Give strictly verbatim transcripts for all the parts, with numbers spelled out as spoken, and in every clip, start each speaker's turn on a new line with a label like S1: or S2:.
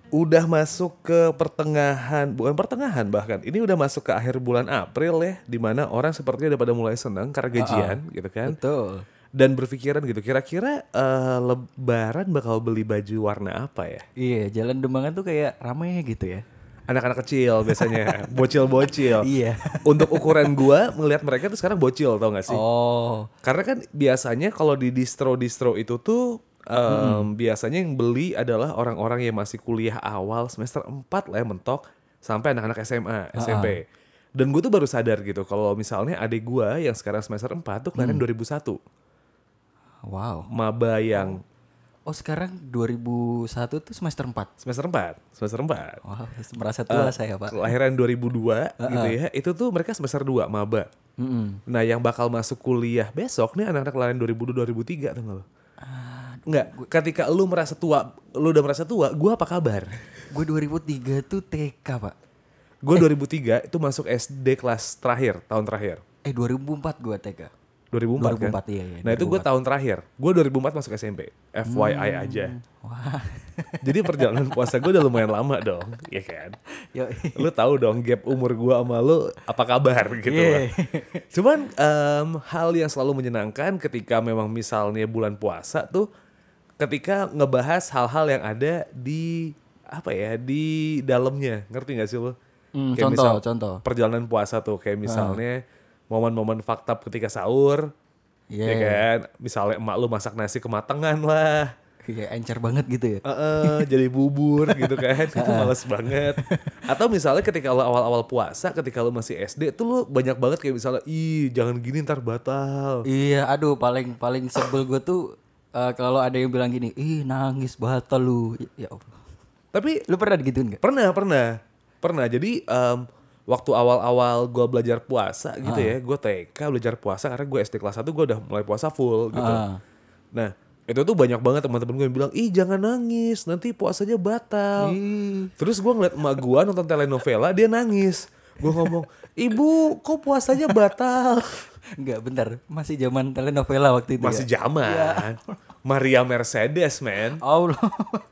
S1: udah masuk ke pertengahan, bukan pertengahan bahkan. Ini udah masuk ke akhir bulan April ya, di mana orang sepertinya udah pada mulai senang karena gajian
S2: Uh-uh.
S1: gitu kan.
S2: Betul.
S1: Dan berpikiran gitu, kira-kira uh, Lebaran bakal beli baju warna apa ya?
S2: Iya, Jalan Dembangan tuh kayak rame gitu ya.
S1: Anak-anak kecil biasanya, bocil-bocil.
S2: Iya.
S1: Untuk ukuran gua ngelihat mereka tuh sekarang bocil, tau gak sih?
S2: Oh.
S1: Karena kan biasanya kalau di distro-distro itu tuh um, hmm. biasanya yang beli adalah orang-orang yang masih kuliah awal semester empat lah ya mentok sampai anak-anak S M A, S M P. Uh-uh. Dan gue tuh baru sadar gitu kalau misalnya adik gua yang sekarang semester empat tuh kelahiran hmm. dua ribu satu.
S2: Wow.
S1: Maba yang
S2: Oh sekarang dua ribu satu tuh semester empat?
S1: Semester empat, semester empat.
S2: Wah, wow, merasa tua uh, saya Pak.
S1: Kelahiran dua ribu dua uh-uh. gitu ya, itu tuh mereka semester dua, maba.
S2: Mm-mm.
S1: Nah yang bakal masuk kuliah besok nih anak-anak kelahiran dua ribu dua, dua ribu tiga tuh lo. Enggak, gua... ketika lu merasa tua, lu udah merasa tua, gue apa kabar?
S2: Gue dua ribu tiga tuh T K Pak.
S1: Gue eh. dua ribu tiga itu masuk S D kelas terakhir, tahun terakhir.
S2: Eh dua ribu empat gue T K.
S1: dua ribu empat, dua ribu empat
S2: kan? Iya, iya,
S1: nah itu gue tahun terakhir. Gue dua ribu empat masuk S M P. F Y I hmm. aja.
S2: Wah.
S1: Jadi perjalanan puasa gue udah lumayan lama dong, ya kan?
S2: Yo.
S1: Lu tahu dong gap umur gue sama lu apa kabar gitu yeah. lah. Cuman um, hal yang selalu menyenangkan ketika memang misalnya bulan puasa tuh, ketika ngebahas hal-hal yang ada di apa ya di dalamnya, ngerti nggak sih lu?
S2: Hmm,
S1: kayak
S2: contoh,
S1: misal,
S2: contoh.
S1: Perjalanan puasa tuh kayak misalnya. Hmm. Momen-momen fakta ketika sahur, yeah. ya kan? Misalnya emak lu masak nasi kematangan lah.
S2: Iya, encer banget gitu ya.
S1: Uh-uh, jadi bubur gitu kan, itu males banget. Atau misalnya ketika lu awal-awal puasa, ketika lu masih S D, tuh lu banyak banget kayak misalnya, ih jangan gini ntar batal.
S2: Iya, aduh paling paling sebel gue tuh uh, kalau ada yang bilang gini, ih nangis batal lu. Ya Allah.
S1: Tapi
S2: lu pernah digituin nggak?
S1: Pernah, pernah, pernah. Jadi um, waktu awal-awal gue belajar puasa gitu uh. ya, gue T K belajar puasa karena gue S D kelas satu gue udah mulai puasa full gitu. Uh. Nah itu tuh banyak banget teman-teman gue yang bilang, ih jangan nangis, nanti puasanya batal. Ih. Terus gue ngeliat emak gue nonton telenovela, dia nangis. Gue ngomong, ibu kok puasanya batal?
S2: Enggak, bentar, masih zaman telenovela waktu itu.
S1: Masih
S2: ya?
S1: zaman. Ya. Maria Mercedes, man.
S2: Allah.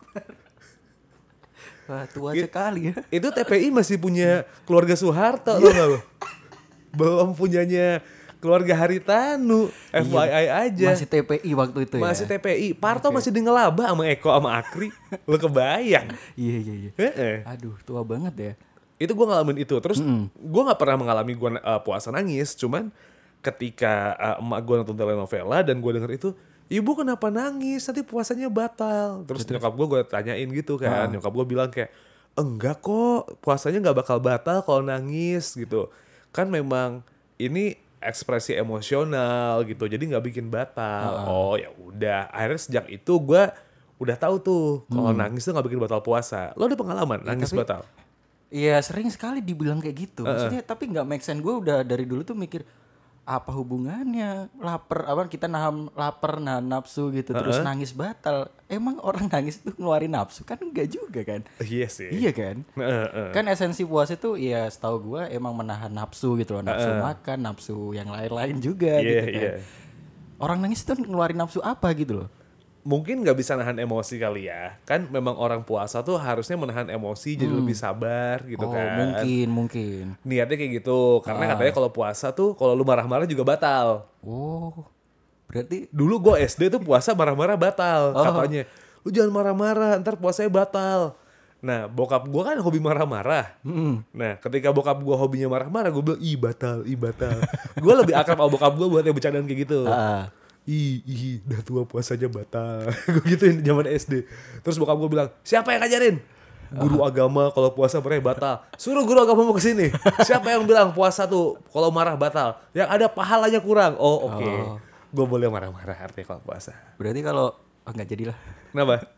S2: Wah, tua It, sekali ya.
S1: Itu T P I masih punya keluarga Soeharto loh gak lo? Belum punyanya keluarga Haritanu. F Y I aja.
S2: Masih T P I waktu itu
S1: masih
S2: ya.
S1: Masih T P I. Parto okay. masih di Ngelaba sama Eko sama Akri. Lo kebayang?
S2: Iya iya iya.
S1: He-he.
S2: Aduh, tua banget ya.
S1: Itu gue ngalamin itu. Terus
S2: mm-hmm.
S1: gue gak pernah mengalami gue uh, puasa nangis. Cuman ketika uh, emak gue nonton telenovela dan gue denger itu, ibu kenapa nangis? Nanti puasanya batal. Terus Betul. nyokap gue gue tanyain gitu kan. Ah. Nyokap gue bilang kayak, enggak kok, puasanya gak bakal batal kalau nangis gitu. Kan memang ini ekspresi emosional gitu. Jadi gak bikin batal. Ah. Oh ya udah. Akhirnya sejak itu gue udah tahu tuh kalau hmm. nangis tuh gak bikin batal puasa. Lo ada pengalaman ya, nangis tapi, batal?
S2: Iya sering sekali dibilang kayak gitu. Maksudnya uh-uh. tapi gak make sense. Gue udah dari dulu tuh mikir, apa hubungannya lapar apa kita nahan lapar nahan nafsu gitu uh-uh. terus nangis batal, emang orang nangis itu ngeluarin nafsu kan? Enggak juga kan?
S1: Iya sih,
S2: iya kan? uh-uh. Kan esensi puasa itu ya setahu gue emang menahan nafsu gitu loh, nafsu uh-uh. makan, nafsu yang lain-lain juga yeah, gitu kan yeah. Orang nangis itu ngeluarin nafsu apa gitu loh?
S1: Mungkin gak bisa nahan emosi kali ya. Kan memang orang puasa tuh harusnya menahan emosi jadi hmm. lebih sabar gitu oh, kan.
S2: Mungkin, mungkin.
S1: Niatnya kayak gitu. Karena ah. katanya kalau puasa tuh kalau lu marah-marah juga batal.
S2: Oh, berarti...
S1: Dulu gue S D tuh puasa marah-marah batal. Oh. Katanya, lu jangan marah-marah ntar puasanya batal. Nah bokap gue kan hobi marah-marah. Hmm. Nah ketika bokap gue hobinya marah-marah, gue bilang, ih batal, ih batal. Gue lebih akrab sama bokap gue buat yang bercandaan kayak gitu. Ah. Ih, ih, udah tua puasanya batal. Gue gituin zaman S D. Terus bokap gue bilang, siapa yang ngajarin? Guru uh. agama kalau puasa marah batal. Suruh guru agama mau kesini. Siapa yang bilang puasa tuh kalau marah batal? Yang ada pahalanya kurang. Oh oke. Okay. Oh. Gue boleh marah-marah artinya kalau puasa.
S2: Berarti kalau oh, gak jadilah.
S1: Kenapa?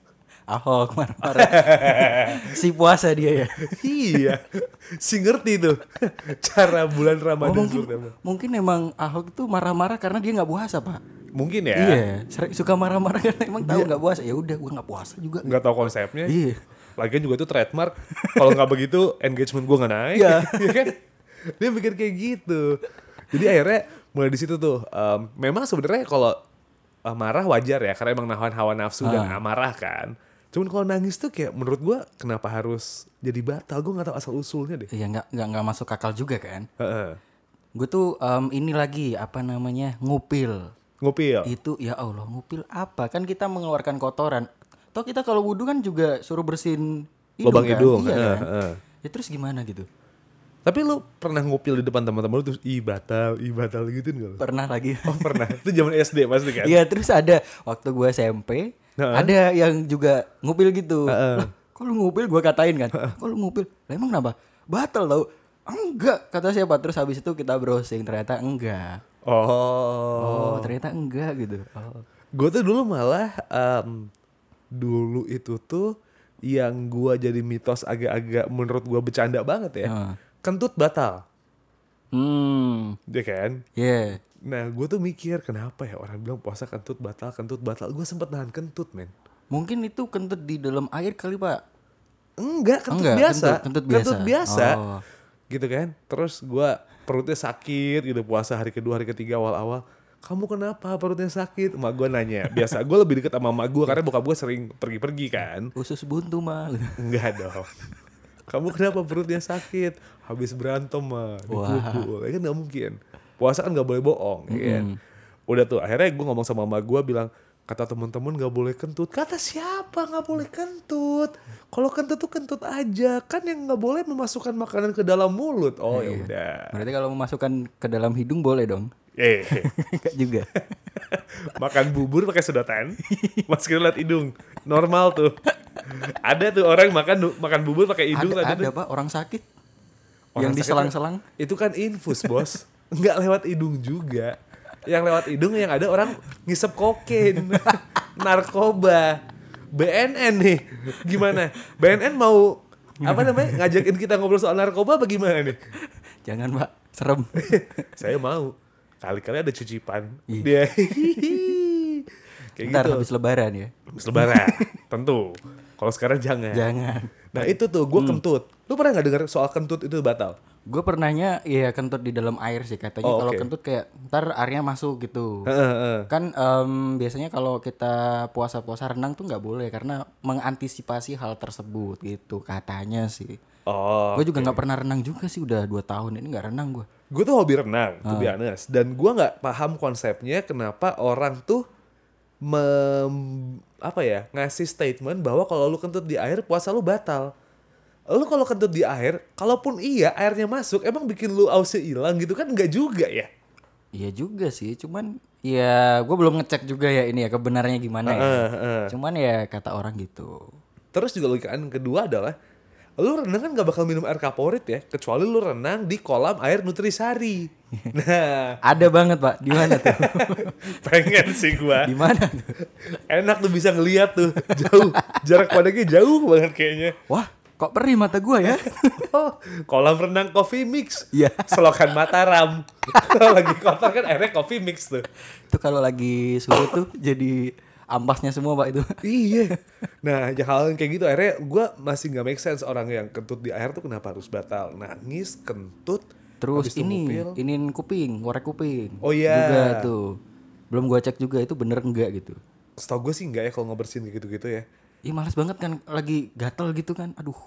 S2: Ahok marah-marah. Si puasa dia ya.
S1: Iya. Si ngerti tuh cara bulan Ramadan.
S2: Oh, mungkin, mungkin emang Ahok itu marah-marah karena dia nggak puasa Pak.
S1: Mungkin ya.
S2: Iya. Suka marah-marah karena emang tahu nggak puasa. Ya udah gue nggak puasa juga.
S1: Nggak tahu konsepnya.
S2: Iya.
S1: Lagian juga itu trademark. Kalau nggak begitu engagement gue nggak naik.
S2: Iya.
S1: Kan? Dia pikir kayak gitu. Jadi akhirnya mulai di situ tuh. Um, memang sebenarnya kalau uh, marah wajar ya karena emang nahan hawa nafsu ah. dan amarah kan. Cuman kalau nangis tuh kayak menurut gue kenapa harus jadi batal? Gue nggak tahu asal usulnya deh.
S2: Iya nggak nggak nggak masuk akal juga kan.
S1: Heeh.
S2: Gue tuh um, ini lagi apa namanya ngupil.
S1: Ngupil.
S2: Itu ya Allah ngupil apa? Kan kita mengeluarkan kotoran. Toh kita kalau wudhu kan juga suruh bersihin hidung
S1: Lubang
S2: kan?
S1: hidung.
S2: Iya
S1: Heeh,
S2: kan?
S1: heeh.
S2: Ya terus gimana gitu?
S1: Tapi lu pernah ngupil di depan teman-teman lu terus ih batal, ih batal gitu enggak lu?
S2: Pernah lagi.
S1: Oh pernah. Itu zaman S D pasti kan?
S2: Iya terus ada waktu gue S M P
S1: Heeh.
S2: ada yang juga ngupil gitu.
S1: Heeh.
S2: Lah, kok lu ngupil gue katain kan? Kok lu ngupil? Lah emang kenapa? Batal tau. Enggak kata siapa. Terus habis itu kita browsing ternyata enggak.
S1: Oh.
S2: Oh ternyata enggak gitu. Oh.
S1: Gue tuh dulu malah em, dulu itu tuh yang gue jadi mitos agak-agak menurut gue bercanda banget ya.
S2: Heeh.
S1: Kentut batal.
S2: Hmm.
S1: Ya kan?
S2: Yeah.
S1: Nah gue tuh mikir kenapa ya orang bilang puasa kentut batal, kentut batal. Gue sempet nahan kentut men.
S2: Mungkin itu kentut di dalam air kali pak.
S1: Enggak, kentut
S2: Enggak,
S1: biasa.
S2: kentut- kentut biasa.
S1: Kentut biasa.
S2: Oh.
S1: Gitu kan. Terus gue perutnya sakit gitu puasa hari kedua, hari ketiga awal-awal. Kamu kenapa perutnya sakit? Emak gue nanya. Biasa gue lebih deket sama emak gue karena bokap gue sering pergi-pergi kan.
S2: Usus buntu mah.
S1: Enggak dong. Kamu kenapa perutnya sakit? Habis berantem mah dipukul. Ya kan gak mungkin. Puasa kan gak boleh bohong. Ya kan? Udah tuh akhirnya gue ngomong sama mama gue bilang, kata teman-teman gak boleh kentut. Kata siapa gak boleh kentut? Kalau kentut tuh kentut aja. Kan yang gak boleh memasukkan makanan ke dalam mulut. Oh ya udah.
S2: Berarti kalau memasukkan ke dalam hidung boleh dong?
S1: Eh,
S2: Enggak juga.
S1: makan bubur pakai sedotan, masukin lewat hidung. Normal tuh. Ada tuh orang makan makan bubur pakai hidung.
S2: Ada,
S1: tuh.
S2: ada pak orang sakit.
S1: Orang
S2: yang
S1: sakit
S2: diselang-selang.
S1: Itu kan infus bos. Nggak lewat hidung juga. Yang lewat hidung yang ada orang ngisep kokain. Narkoba. B N N nih. Gimana? B N N mau apa namanya ngajakin kita ngobrol soal narkoba apa gimana nih?
S2: Jangan pak, serem.
S1: Saya mau. Kali-kali ada cucipan.
S2: Iya.
S1: Dia. Kayak
S2: Ntar
S1: gitu.
S2: habis lebaran ya.
S1: Habis lebaran. Tentu. Kalau sekarang jangan.
S2: Jangan.
S1: Nah itu tuh gue kentut. Lu pernah gak dengar soal kentut itu batal?
S2: Gue pernahnya ya kentut di dalam air sih katanya.
S1: Oh,
S2: Kalau
S1: oke.
S2: kentut kayak ntar airnya masuk gitu.
S1: Heeh, heeh.
S2: Kan em, biasanya kalau kita puasa-puasa renang tuh nggak boleh karena mengantisipasi hal tersebut gitu katanya sih.
S1: Oh.
S2: Gue juga nggak pernah renang juga sih udah dua tahun ini nggak renang gue.
S1: Gue tuh hobi renang, to be honest. Dan gue nggak paham konsepnya kenapa orang tuh mem, apa ya ngasih statement bahwa kalau lu kentut di air puasa lu batal. Lu kalau kentut di air, kalaupun iya airnya masuk, emang bikin lu ausnya hilang gitu kan nggak juga ya?
S2: Iya juga sih, cuman ya gue belum ngecek juga ya ini ya kebenarannya gimana ya.
S1: Heeh, heeh.
S2: Cuman ya kata orang gitu.
S1: Terus juga logikaan kedua adalah lu renang kan gak bakal minum air kaporit ya, kecuali lu renang di kolam air nutrisari. Nah,
S2: Ada banget pak, di mana tuh?
S1: pengen sih gua.
S2: Di mana tuh?
S1: Enak tuh bisa ngeliat tuh jauh, jarak pandangnya jauh banget kayaknya.
S2: Wah, kok perih mata gue ya?
S1: Oh, kolam renang coffee mix.
S2: Iya.
S1: Selokan Mataram. Kalau lagi kotor kan airnya coffee mix tuh.
S2: Itu kalau lagi surut tuh jadi ampasnya semua pak itu.
S1: Iya. Nah, hal kayak gitu akhirnya gue masih nggak make sense orang yang kentut di air tuh kenapa harus batal. Nangis, kentut,
S2: Terus
S1: habis itu
S2: ini,
S1: ngupil.
S2: inin kuping, ngorek kuping.
S1: Oh iya.
S2: Juga tuh. Belum gua cek juga itu bener enggak gitu.
S1: Setahu gue sih enggak ya kalau ngebersihin kayak gitu-gitu ya.
S2: Ih males banget kan lagi gatel gitu kan. Aduh.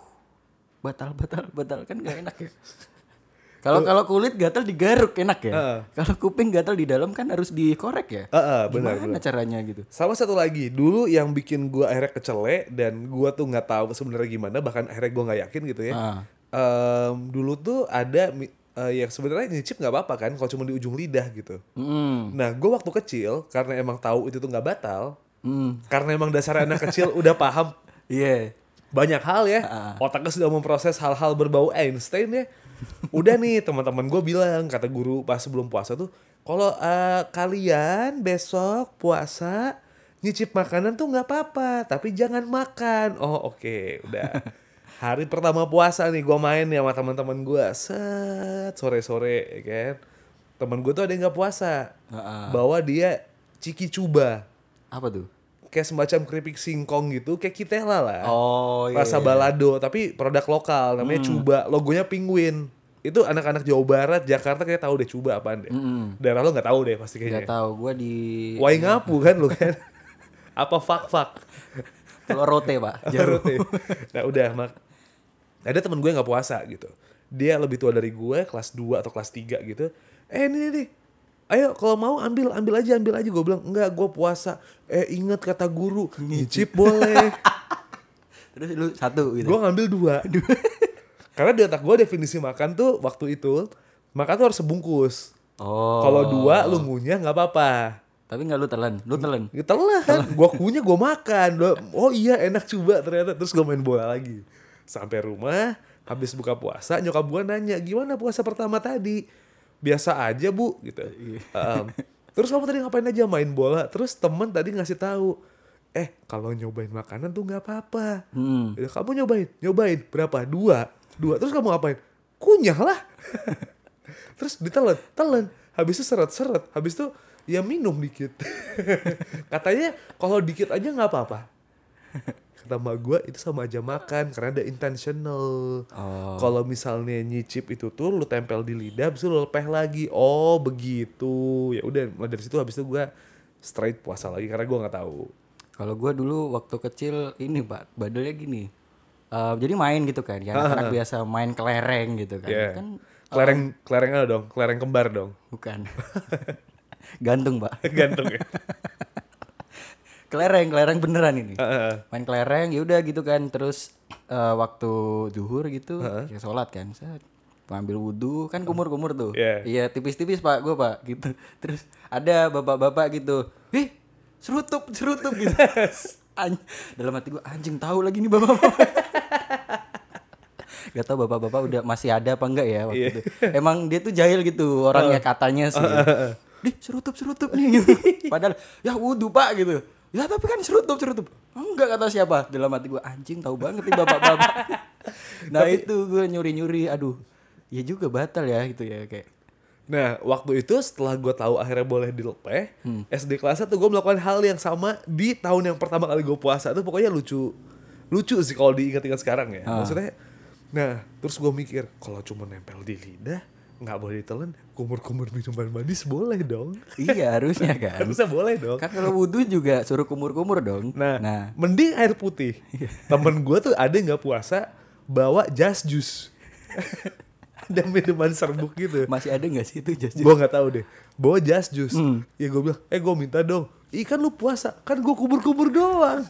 S2: Batal batal batal kan gak enak ya. Kalau kalau kulit gatel digaruk enak ya.
S1: Heeh.
S2: Kalau kuping gatel di dalam kan harus dikorek ya.
S1: Heeh, benar,
S2: Gimana
S1: benar.
S2: caranya gitu?
S1: Sama satu lagi, dulu yang bikin gue akhirnya kecele dan gue tuh nggak tahu sebenarnya gimana, bahkan akhirnya gue nggak yakin gitu ya.
S2: Ah.
S1: Em, dulu tuh ada mi- eh, yang sebenarnya nyicip nggak apa-apa kan, kalau cuma di ujung lidah gitu.
S2: Mm.
S1: Nah, gue waktu kecil karena emang tahu itu tuh nggak batal,
S2: Mm.
S1: karena emang dasar anak kecil udah paham
S2: Iya.
S1: banyak hal ya, otaknya sudah memproses hal-hal berbau Einstein ya. Udah nih teman-teman gue bilang, kata guru pas sebelum puasa tuh, kalau eh, kalian besok puasa nyicip makanan tuh nggak apa-apa, tapi jangan makan. Oh oke, udah. Hari pertama puasa nih gue main nih sama teman-teman gue, set sore-sore ya kan. Temen gue tuh ada yang nggak puasa,
S2: Heeh.
S1: bawa dia ciki cuba,
S2: Apa tuh?
S1: kayak semacam keripik singkong gitu, kayak kitela lah.
S2: Oh iya.
S1: Rasa
S2: iya.
S1: balado tapi produk lokal namanya Cuba, logonya penguin. Itu anak-anak Jawa Barat, Jakarta kayak tahu deh Cuba apaan deh.
S2: Mm-mm.
S1: Daerah lo nggak tahu deh pasti
S2: Gak
S1: kayaknya.
S2: tahu gue di
S1: Wai ngapu kan lo kan. Apa fak-fak.
S2: Keluar rote pak.
S1: Jauh. Rote. Nah udah mak. Ada temen gue nggak puasa gitu. Dia lebih tua dari gue, kelas dua atau kelas tiga gitu. Eh ini nih, ayo kalau mau ambil, ambil aja, ambil aja. Gue bilang enggak, gue puasa. Eh ingat kata guru, nyicip boleh.
S2: Terus lu satu gitu.
S1: Gue ngambil dua. Karena di otak gue definisi makan tuh waktu itu makan tuh harus sebungkus.
S2: Oh.
S1: Kalau dua lu ngunyah nggak apa-apa.
S2: Tapi nggak lu telan, lu telan.
S1: Ya, telan. Gue kunyah gue makan. Oh iya enak coba ternyata. Terus gue main bola lagi. Sampai rumah, habis buka puasa, nyokap gue nanya gimana puasa pertama tadi. Biasa aja bu, gitu. Um, terus kamu tadi ngapain aja main bola? Terus temen tadi ngasih tahu. Eh kalau nyobain makanan tuh nggak apa-apa. Hmm. Kamu nyobain, nyobain berapa? Dua, dua. Terus kamu ngapain? Kunyah lah. Terus ditelan, telan. Habis itu seret-seret. Habis itu ya minum dikit. Katanya kalau dikit aja nggak apa-apa. Kata mak gue itu sama aja makan karena ada intentional. Oh. Kalau misalnya nyicip itu tuh lu tempel di lidah, habis itu lu lepeh lagi. Oh begitu. Ya udah dari situ habis itu gue straight puasa lagi karena gue nggak tahu.
S2: Kalau gue dulu waktu kecil ini pak, badelnya gini. Uh, jadi main gitu kan, ya anak-anak biasa main kelereng gitu kan.
S1: Yeah.
S2: Kan
S1: kelereng, um, kelereng apa dong? Kelereng kembar dong?
S2: Bukan. Gantung pak.
S1: Gantung ya.
S2: Kelereng, kelereng beneran ini. Uh-uh. Main kelereng, ya udah gitu kan. Terus uh, waktu zuhur gitu, uh-uh. ya sholat kan. Saya ngambil wudhu, kan kumur-kumur tuh. Iya, yeah. tipis-tipis pak, gue pak gitu. Terus ada bapak-bapak gitu. Ih, serutup, serutup gitu. An- Dalam hati gue, anjing tahu lagi nih bapak-bapak. Gak tau bapak-bapak udah masih ada apa enggak ya waktu yeah. itu. Emang dia tuh jahil gitu orangnya uh. katanya sih. Uh, uh, uh. Dih, serutup-serutup nih gitu. Padahal, ya wudhu pak gitu. Ya tapi kan serutup serutup enggak kata siapa. Dalam hati gue anjing tahu banget nih bapak-bapak. Nah tapi, itu gue nyuri-nyuri. Aduh ya juga batal ya gitu ya kayak.
S1: Nah waktu itu setelah gue tahu akhirnya boleh dilepeh, hmm. S D kelas satu gue melakukan hal yang sama di tahun yang pertama kali gue puasa. Itu pokoknya lucu lucu sih kalau diingat-ingat sekarang ya. Ah. Maksudnya nah terus gue mikir kalau cuma nempel di lidah nggak boleh ditelan, kumur-kumur minuman manis boleh dong.
S2: Iya harusnya kan.
S1: Harusnya boleh dong.
S2: Kan kalau wudhu juga suruh kumur-kumur dong.
S1: Nah, nah. mending air putih. Temen gue tuh ada nggak puasa bawa just juice. Ada minuman serbuk gitu.
S2: Masih ada nggak sih itu just juice?
S1: Gue nggak tahu deh. Bawa just juice. Hmm. Ya gue bilang, eh gue minta dong. Ih kan lu puasa, kan gue kumur-kumur doang.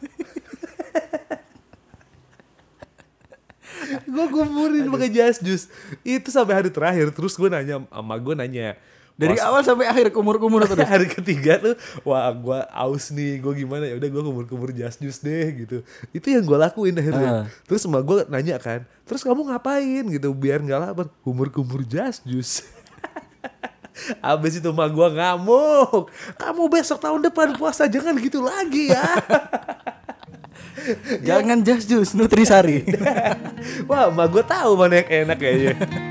S1: Gue kumurin pakai just juice itu sampai hari terakhir. Terus gue nanya sama gue nanya
S2: dari awal sampai akhir kumur-kumur terus.
S1: Hari ketiga tuh wah gue aus nih, gue gimana ya udah gue kumur-kumur just juice deh gitu. Itu yang gue lakuin akhirnya. Uh. Terus sama gue nanya kan, terus kamu ngapain gitu biar nggak lapar? Kumur-kumur just juice. Abis itu mah gue ngamuk, kamu besok tahun depan puasa jangan gitu lagi ya.
S2: Jangan just juice, Nutrisari.
S1: Wah, mah gue tahu mana yang enak kayaknya.